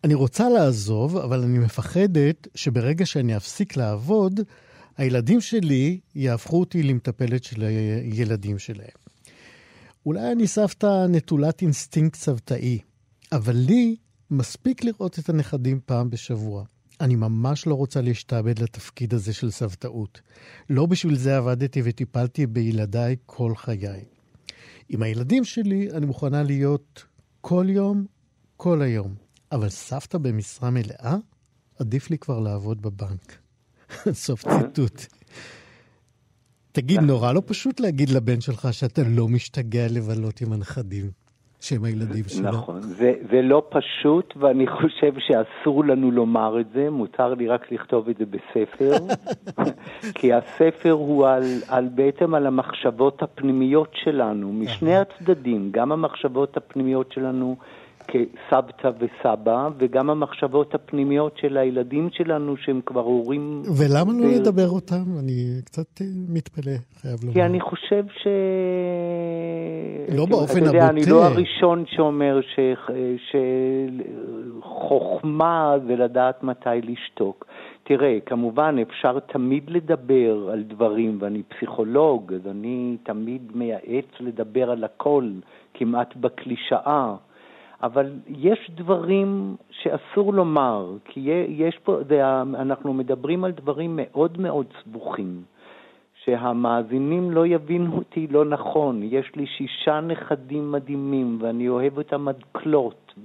אני רוצה לעזוב, אבל אני מפחדת שברגע שאני אפסיק לעבוד, הילדים שלי יהפכו אותי למטפלת של הילדים שלהם. אולי אני סבתא נטולת אינסטינקט סבתאי, אבל לי מספיק לראות את הנכדים פעם בשבוע. אני ממש לא רוצה להשתעבד לתפקיד הזה של סבתאות. לא בשביל זה עבדתי וטיפלתי בילדיי כל חיי. עם הילדים שלי אני מוכנה להיות כל יום, כל היום. אבל סבתא במשרה מלאה, עדיף לי כבר לעבוד בבנק. סוף ציטוט. תגיד, נורא לא פשוט להגיד לבן שלך שאתה לא משתגע לבלות עם הנכדים, שהם הילדים שלו. נכון, זה, זה לא פשוט, ואני חושב שאסור לנו לומר את זה, מותר לי רק לכתוב את זה בספר, כי הספר הוא על, על בעצם על המחשבות הפנימיות שלנו, משני הצדדים, גם המחשבות הפנימיות שלנו, כסבתא וסבא, וגם המחשבות הפנימיות של הילדים שלנו, שהם כבר הורים... ולמה לא לדבר אותם? אני קצת מתפלא, חייב לומר. כי אני חושב ש... לא באופן הבוטה. אתה יודע, אני לא הראשון שאומר שחוכמה זה לדעת מתי לשתוק. תראה, כמובן אפשר תמיד לדבר על דברים, ואני פסיכולוג, אז אני תמיד מייעץ לדבר על הכל, כמעט בקלישאה. אבל יש דברים שאסור לומר, כי יש פה, זה, אנחנו מדברים על דברים מאוד מאוד סבוכים, שהמאזינים לא יבינו אותי לא נכון. יש לי שישה נכדים מדהימים, ואני אוהב אותם עד כלות,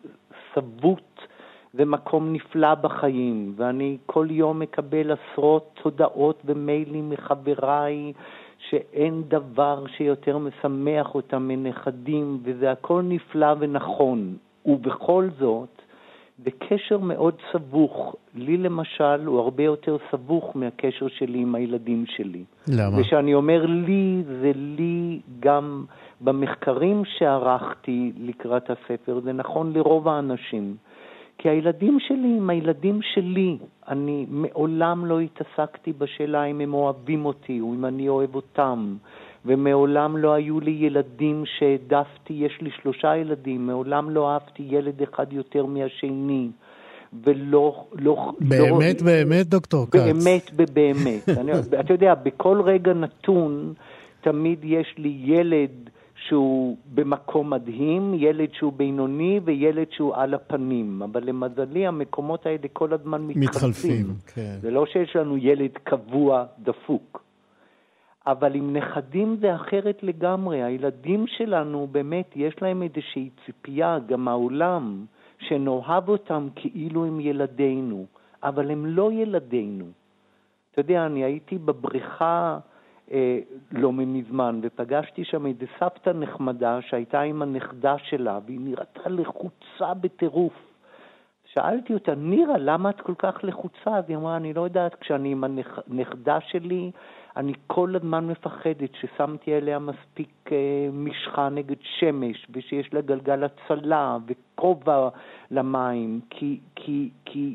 וסבות זה מקום נפלא בחיים, ואני כל יום מקבל עשרות הודעות ומיילים מחבריי, שאין דבר שיותר משמח אותם מנכדים, וזה הכל נפלא ונכון. ובכל זאת, זה קשר מאוד סבוך. לי למשל, הוא הרבה יותר סבוך מהקשר שלי עם הילדים שלי. למה? ושאני אומר לי, זה לי גם במחקרים שערכתי לקראת הספר, זה נכון לרוב האנשים. כי הילדים שלי הם הילדים שלי. אני מעולם לא התעסקתי בשאלה אם הם אוהבים אותי או אם אני אוהב אותם. ומעולם לא היו לי ילדים שהעדפתי, יש לי שלושה ילדים, מעולם לא אהבתי ילד אחד יותר מהשני. ולא... לא, באמת, לא, באמת, דוקטור קץ. באמת, באמת. אני, אתה יודע, בכל רגע נתון, תמיד יש לי ילד שהוא במקום מדהים, ילד שהוא בינוני וילד שהוא על הפנים. אבל למזלי, המקומות האלה כל הזמן מתחלפים. מתחלפים, כן. זה לא שיש לנו ילד קבוע דפוק. אבל עם נכדים זה אחרת לגמרי. הילדים שלנו באמת יש להם איזושהי ציפייה, גם העולם, שנאהב אותם כאילו הם ילדינו. אבל הם לא ילדינו. אתה יודע, אני הייתי בבריכה אה, לא מזמן, ופגשתי שם איזו סבתא נחמדה שהייתה עם הנכדה שלה, והיא נראתה לחוצה בטירוף. שאלתי אותה, נירה, למה את כל כך לחוצה? והיא אמרה, אני לא יודעת, כשאני עם הנכדה שלי, אני כל הזמן מפחדת ששמתי עליה מספיק אה, משחה נגד שמש, ושיש לה גלגל הצלה וכובע למים, כי, כי, כי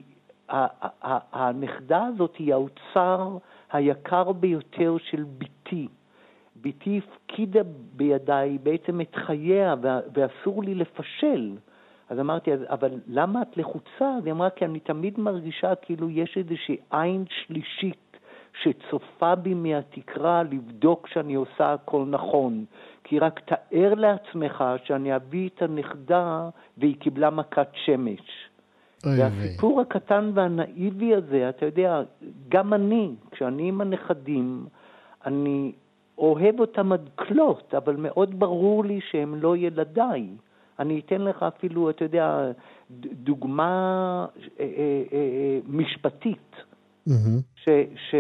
הנכדה הזאת היא האוצר היקר ביותר של ביתי. ביתי הפקידה בידיי בעצם את חייה, ואסור לי לפשל. אז אמרתי, אבל למה את לחוצה? והיא אמרה, כי אני תמיד מרגישה כאילו יש איזושהי עין שלישית שצופה בי מהתקרה לבדוק שאני עושה הכל נכון. כי רק תאר לעצמך שאני אביא את הנכדה והיא קיבלה מכת שמש. והסיפור הקטן והנאיבי הזה, אתה יודע, גם אני, כשאני עם הנכדים, אני אוהב אותם עד כלות, אבל מאוד ברור לי שהם לא ילדיי. אני אתן לך אפילו, אתה יודע, דוגמה אה, אה, אה, משפטית, ש... ש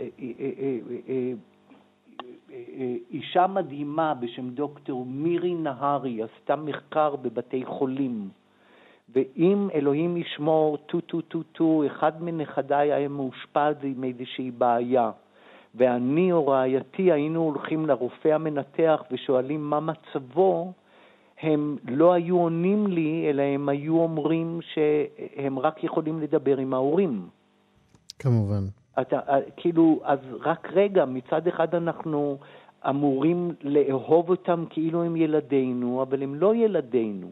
אישה מדהימה בשם דוקטור מירי נהרי עשתה מחקר בבתי חולים, ואם אלוהים ישמור טו טו טו טו אחד מנכדיי היה מאושפז עם איזושהי בעיה, ואני או רעייתי היינו הולכים לרופא המנתח ושואלים מה מצבו, הם לא היו עונים לי, אלא הם היו אומרים שהם רק יכולים לדבר עם ההורים. כמובן. אתה, כאילו, אז רק רגע, מצד אחד אנחנו אמורים לאהוב אותם כאילו הם ילדינו, אבל הם לא ילדינו.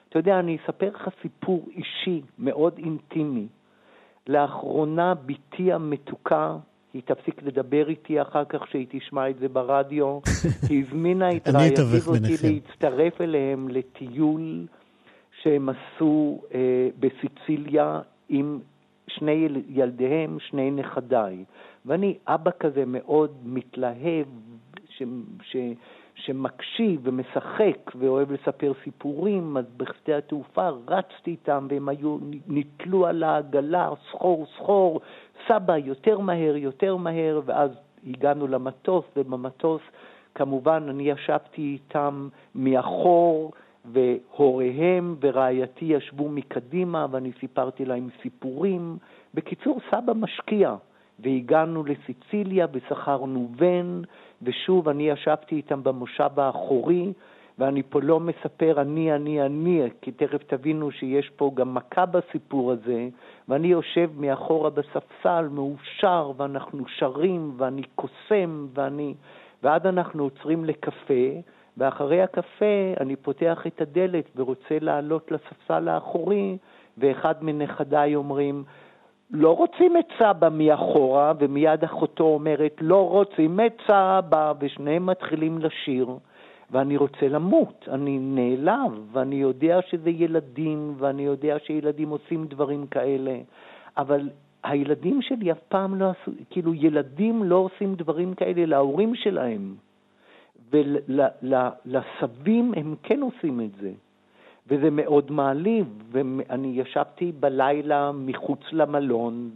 אתה יודע, אני אספר לך סיפור אישי, מאוד אינטימי. לאחרונה ביתי המתוקה, היא תפסיק לדבר איתי אחר כך שהיא תשמע את זה ברדיו, היא הזמינה את רעייתי אותי להצטרף אליהם לטיול שהם עשו אה, בסיציליה עם שני ילדיהם, שני נכדיי. ואני אבא כזה מאוד מתלהב, ש, ש, שמקשיב ומשחק ואוהב לספר סיפורים, אז בשדה התעופה רצתי איתם והם היו, נתלו על העגלה, סחור סחור, סבא יותר מהר, יותר מהר, ואז הגענו למטוס, ובמטוס כמובן אני ישבתי איתם מאחור, והוריהם ורעייתי ישבו מקדימה, ואני סיפרתי להם סיפורים. בקיצור, סבא משקיע, והגענו לסיציליה ושכרנו ון, ושוב אני ישבתי איתם במושב האחורי, ואני פה לא מספר אני, אני, אני, כי תכף תבינו שיש פה גם מכה בסיפור הזה, ואני יושב מאחורה בספסל, מאושר, ואנחנו שרים, ואני קוסם, ואני... ועד אנחנו עוצרים לקפה, ואחרי הקפה אני פותח את הדלת ורוצה לעלות לספסל האחורי, ואחד מנכדיי אומרים, לא רוצים את סבא מאחורה, ומיד אחותו אומרת, לא רוצים את סבא, ושניהם מתחילים לשיר, ואני רוצה למות, אני נעלב, ואני יודע שזה ילדים, ואני יודע שילדים עושים דברים כאלה, אבל הילדים שלי אף פעם לא עשו, כאילו ילדים לא עושים דברים כאלה להורים שלהם, ולסבים הם כן עושים את זה, וזה מאוד מעליב. ואני ישבתי בלילה מחוץ למלון,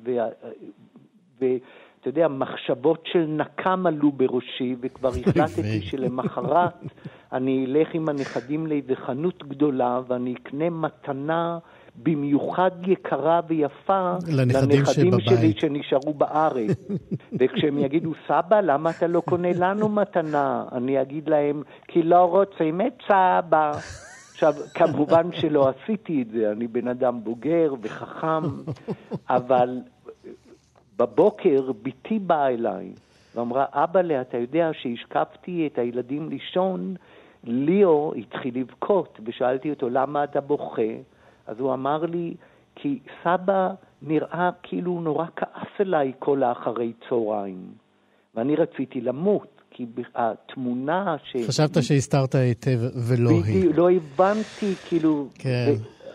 ואתה יודע, מחשבות של נקם עלו בראשי, וכבר החלטתי שלמחרת אני אלך עם הנכדים לאיזו חנות גדולה, ואני אקנה מתנה במיוחד יקרה ויפה לנכדים שלי שנשארו בארץ. וכשהם יגידו, סבא, למה אתה לא קונה לנו מתנה? אני אגיד להם, כי לא רוצים את סבא. עכשיו, כמובן שלא עשיתי את זה, אני בן אדם בוגר וחכם, אבל בבוקר ביתי באה אליי, ואמרה, אבא לה, אתה יודע שהשקפתי את הילדים לישון, ליאו התחיל לבכות, ושאלתי אותו, למה אתה בוכה? אז הוא אמר לי, כי סבא נראה כאילו נורא כעס אליי כל האחרי צהריים, ואני רציתי למות, כי התמונה ש... חשבת שהסתרת היטב ולא היא. לא הבנתי, כאילו... כן.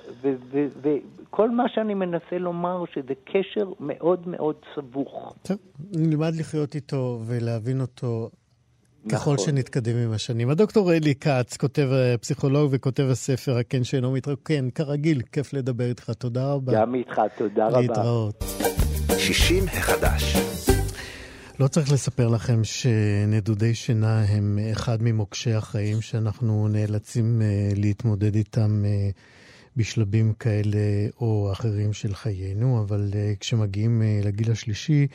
וכל מה שאני מנסה לומר, שזה קשר מאוד מאוד סבוך. טוב, נלמד לחיות איתו ולהבין אותו ככל שנתקדם עם השנים. הדוקטור אלי כץ, כותב פסיכולוג וכותב הספר הכן שאינו מתרוקן, כרגיל, כיף לדבר איתך, תודה רבה. גם איתך, תודה רבה. להתראות. שישים החדש. לא צריך לספר לכם שנדודי שינה הם אחד ממוקשי החיים שאנחנו נאלצים להתמודד איתם בשלבים כאלה או אחרים של חיינו, אבל כשמגיעים לגיל השלישי,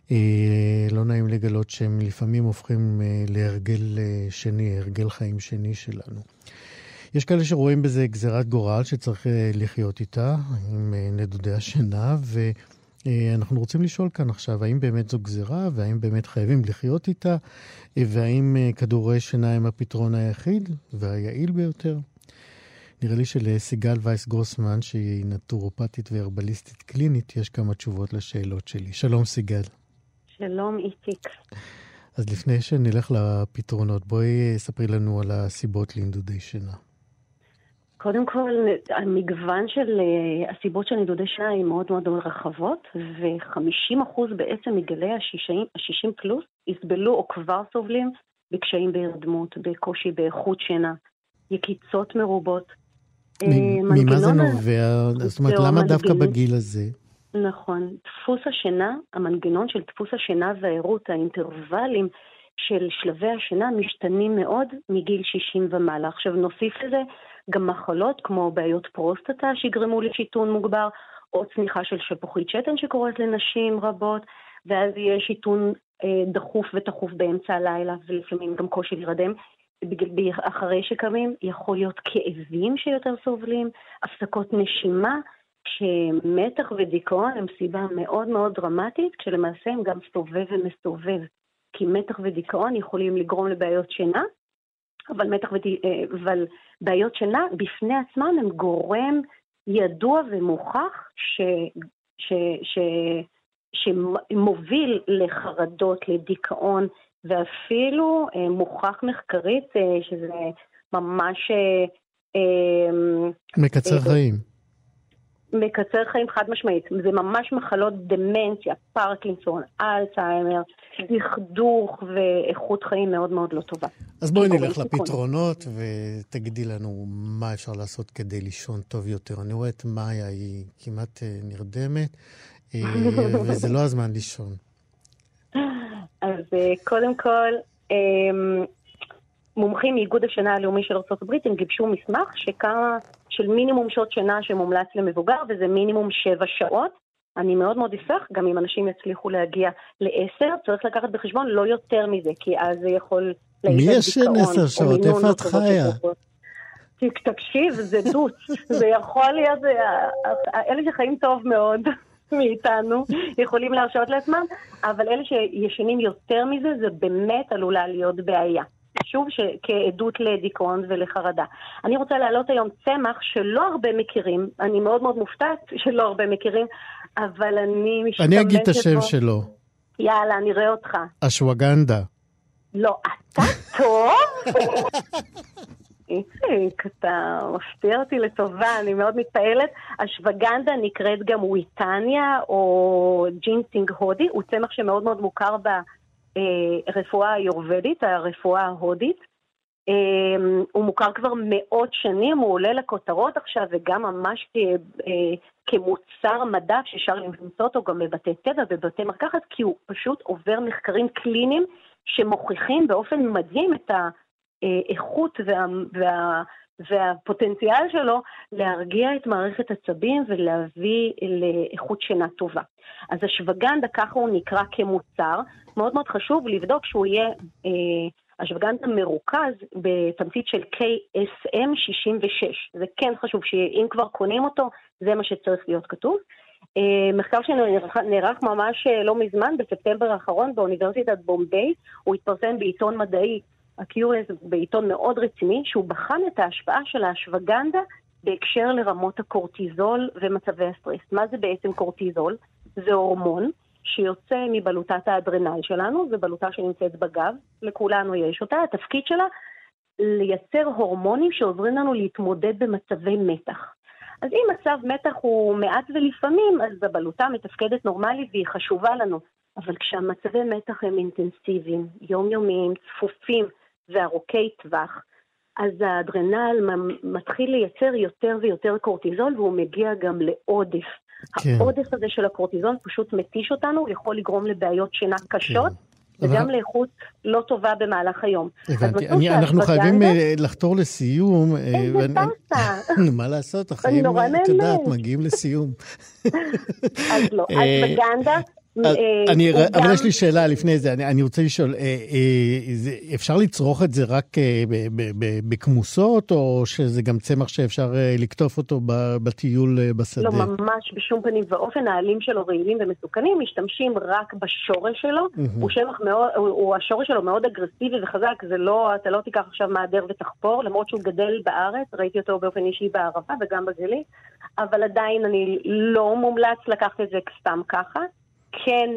לא נעים לגלות שהם לפעמים הופכים להרגל שני, הרגל חיים שני שלנו. יש כאלה שרואים בזה גזירת גורל שצריך לחיות איתה עם נדודי השינה, ואנחנו רוצים לשאול כאן עכשיו, האם באמת זו גזירה, והאם באמת חייבים לחיות איתה, והאם כדורי שינה הם הפתרון היחיד והיעיל ביותר? נראה לי שלסיגל וייס גרוסמן, שהיא נטורופטית והרבליסטית קלינית, יש כמה תשובות לשאלות שלי. שלום סיגל. שלום איציק. אז לפני שנלך לפתרונות, בואי ספרי לנו על הסיבות לנדודי שינה. קודם כל, המגוון של הסיבות של נדודי שינה היא מאוד מאוד רחבות, ו-חמישים אחוז בעצם מגלי ה-שישים פלוס יסבלו או כבר סובלים בקשיים בהרדמות, בקושי באיכות שינה, יקיצות מרובות. ממה זה נובע? זאת אומרת, למה דווקא בגיל הזה? נכון. דפוס השינה, המנגנון של דפוס השינה והעירות, האינטרוולים של שלבי השינה משתנים מאוד מגיל שישים ומעלה. עכשיו נוסיף לזה גם מחלות כמו בעיות פרוסטטה שיגרמו לשיתון מוגבר, או צניחה של שלפוחית שתן שקורית לנשים רבות, ואז יהיה שיתון אה, דחוף ותחוף באמצע הלילה, ולפעמים גם קושי להירדם. אחרי שקמים יכול להיות כאבים שיותר סובלים, הפסקות נשימה, שמתח ודיכאון הם סיבה מאוד מאוד דרמטית, כשלמעשה הם גם סובב ומסובב, כי מתח ודיכאון יכולים לגרום לבעיות שינה, אבל מתח אבל בעיות שינה בפני עצמן הם גורם ידוע ומוכח ש, ש, ש, שמוביל לחרדות, לדיכאון, ואפילו מוכח מחקרית שזה ממש מקצר חיים. מקצר חיים חד משמעית. זה ממש מחלות דמנציה, פרקינסון, אלצהיימר, דכדוך ואיכות חיים מאוד מאוד לא טובה. אז בואי נלך לפתרונות ותגידי לנו מה אפשר לעשות כדי לישון טוב יותר. אני רואה את מאיה, היא כמעט נרדמת, וזה לא הזמן לישון. אז קודם כל, מומחים מאיגוד השינה הלאומי של ארצות הברית, הם גיבשו מסמך שכמה של מינימום שעות שינה שמומלץ למבוגר, וזה מינימום שבע שעות. אני מאוד מאוד אשמח, גם אם אנשים יצליחו להגיע לעשר, צריך לקחת בחשבון לא יותר מזה, כי אז זה יכול מי ישן עשר שעות? איפה את חיה? תקשיב, זה דוץ. זה יכול להיות, אלה שחיים טוב מאוד מאיתנו, יכולים להרשות לעצמם, אבל אלה שישנים יותר מזה, זה באמת עלולה להיות בעיה. שוב, כעדות לדיכאון ולחרדה. אני רוצה להעלות היום צמח שלא הרבה מכירים, אני מאוד מאוד מופתעת שלא הרבה מכירים, אבל אני משתמשת בו. אני אגיד את השם שלו. יאללה, נראה אותך. אשווגנדה. לא, אתה טוב? איציק, אתה מפתיע אותי לטובה, אני מאוד מתפעלת. אשווגנדה נקראת גם וויטניה או ג'ינסינג הודי, הוא צמח שמאוד מאוד מוכר ב... רפואה היורבדית, הרפואה ההודית. הוא מוכר כבר מאות שנים, הוא עולה לכותרות עכשיו, וגם ממש כמוצר מדף שאפשר למצוא אותו גם בבתי טבע ובבתי מרקחת, כי הוא פשוט עובר מחקרים קליניים שמוכיחים באופן מדהים את האיכות וה, וה, והפוטנציאל שלו להרגיע את מערכת עצבים ולהביא לאיכות שינה טובה. אז אשווגנדה, ככה הוא נקרא כמוצר, מאוד מאוד חשוב לבדוק שהוא יהיה אה, אשווגנדה מרוכז בתמצית של קיי אס אם שישים ושש. זה כן חשוב שאם כבר קונים אותו, זה מה שצריך להיות כתוב. אה, מחקר שנערך ממש לא מזמן, בספטמבר האחרון, באוניברסיטת בומביי, הוא התפרסם בעיתון מדעי, הקיוריוס, בעיתון מאוד רציני, שהוא בחן את ההשפעה של האשווגנדה בהקשר לרמות הקורטיזול ומצבי הסטרס. מה זה בעצם קורטיזול? זה הורמון שיוצא מבלוטת האדרנל שלנו, זה בלוטה שנמצאת בגב, לכולנו יש אותה, התפקיד שלה לייצר הורמונים שעוזרים לנו להתמודד במצבי מתח. אז אם מצב מתח הוא מעט ולפעמים, אז הבלוטה מתפקדת נורמלית והיא חשובה לנו, אבל כשהמצבי מתח הם אינטנסיביים, יומיומיים, צפופים וארוכי טווח, אז האדרנל מתחיל לייצר יותר ויותר קורטיזול, והוא מגיע גם לעודף. כן. העודף הזה של הקורטיזול פשוט מתיש אותנו, הוא יכול לגרום לבעיות שינה קשות, כן. וגם אבל... לאיכות לא טובה במהלך היום. הבנתי, אני, אנחנו חייבים uh, לחתור לסיום. איזה פסה. מה לעשות, החיים, את יודעת, מגיעים לסיום. אז לא, אז בגנדה... אני, אבל יש לי שאלה לפני זה, אני, אני רוצה לשאול, אפשר לצרוך את זה רק בכמוסות, או שזה גם צמח שאפשר לקטוף אותו בטיול בשדה? לא, ממש בשום פנים ואופן, העלים שלו רעילים ומסוכנים, משתמשים רק בשורש שלו, הוא שמח מאוד, הוא, השורש שלו מאוד אגרסיבי וחזק, זה לא, אתה לא תיקח עכשיו מעדר ותחפור, למרות שהוא גדל בארץ, ראיתי אותו באופן אישי בערבה וגם בגליל, אבל עדיין אני לא מומלץ לקחת את זה סתם ככה, כן,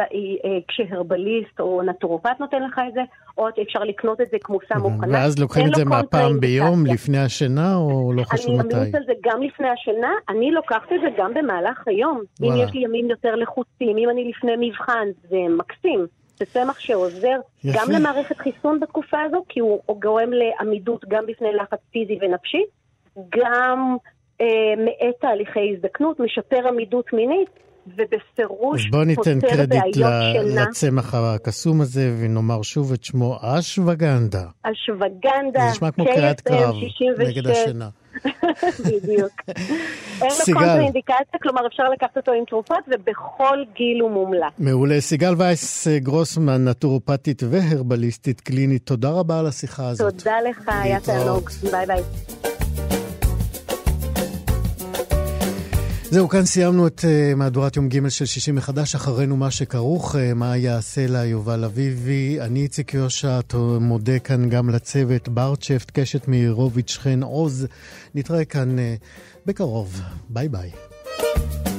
כשהרבליסט או נטורופט נותן לך את זה, או אפשר לקנות את זה כמוסה מוכנה. ואז לוקחים את זה מהפעם ביום, לפני השינה, או לא חשוב מתי? אני ממליץ על זה גם לפני השינה, אני לוקחת את זה גם במהלך היום. אם יש לי ימים יותר לחוצים, אם אני לפני מבחן, זה מקסים. זה צמח שעוזר גם למערכת חיסון בתקופה הזו, כי הוא גורם לעמידות גם בפני לחץ פיזי ונפשי, גם מעת תהליכי הזדקנות, משפר עמידות מינית, ובפירוש אז בוא ניתן קרדיט לצמח הקסום הזה, ונאמר שוב את שמו אשווגנדה. אשווגנדה. זה נשמע כמו קריאת קרב נגד השינה. בדיוק. אין לו קונטראינדיקציה, כלומר אפשר לקחת אותו עם תרופות, ובכל גיל הוא מומלץ. מעולה. סיגל וייס גרוסמן, נטורופטית והרבליסטית קלינית, תודה רבה על השיחה הזאת. תודה לך, היה תענוג. ביי ביי. זהו, כאן סיימנו את uh, מהדורת יום ג' של שישי מחדש, אחרינו מה שכרוך, uh, מה יעשה לה יובל אביבי. אני איציק יושע, מודה כאן גם לצוות, ברצ'פט, קשת מאירוביץ', חן עוז. נתראה כאן uh, בקרוב. ביי ביי.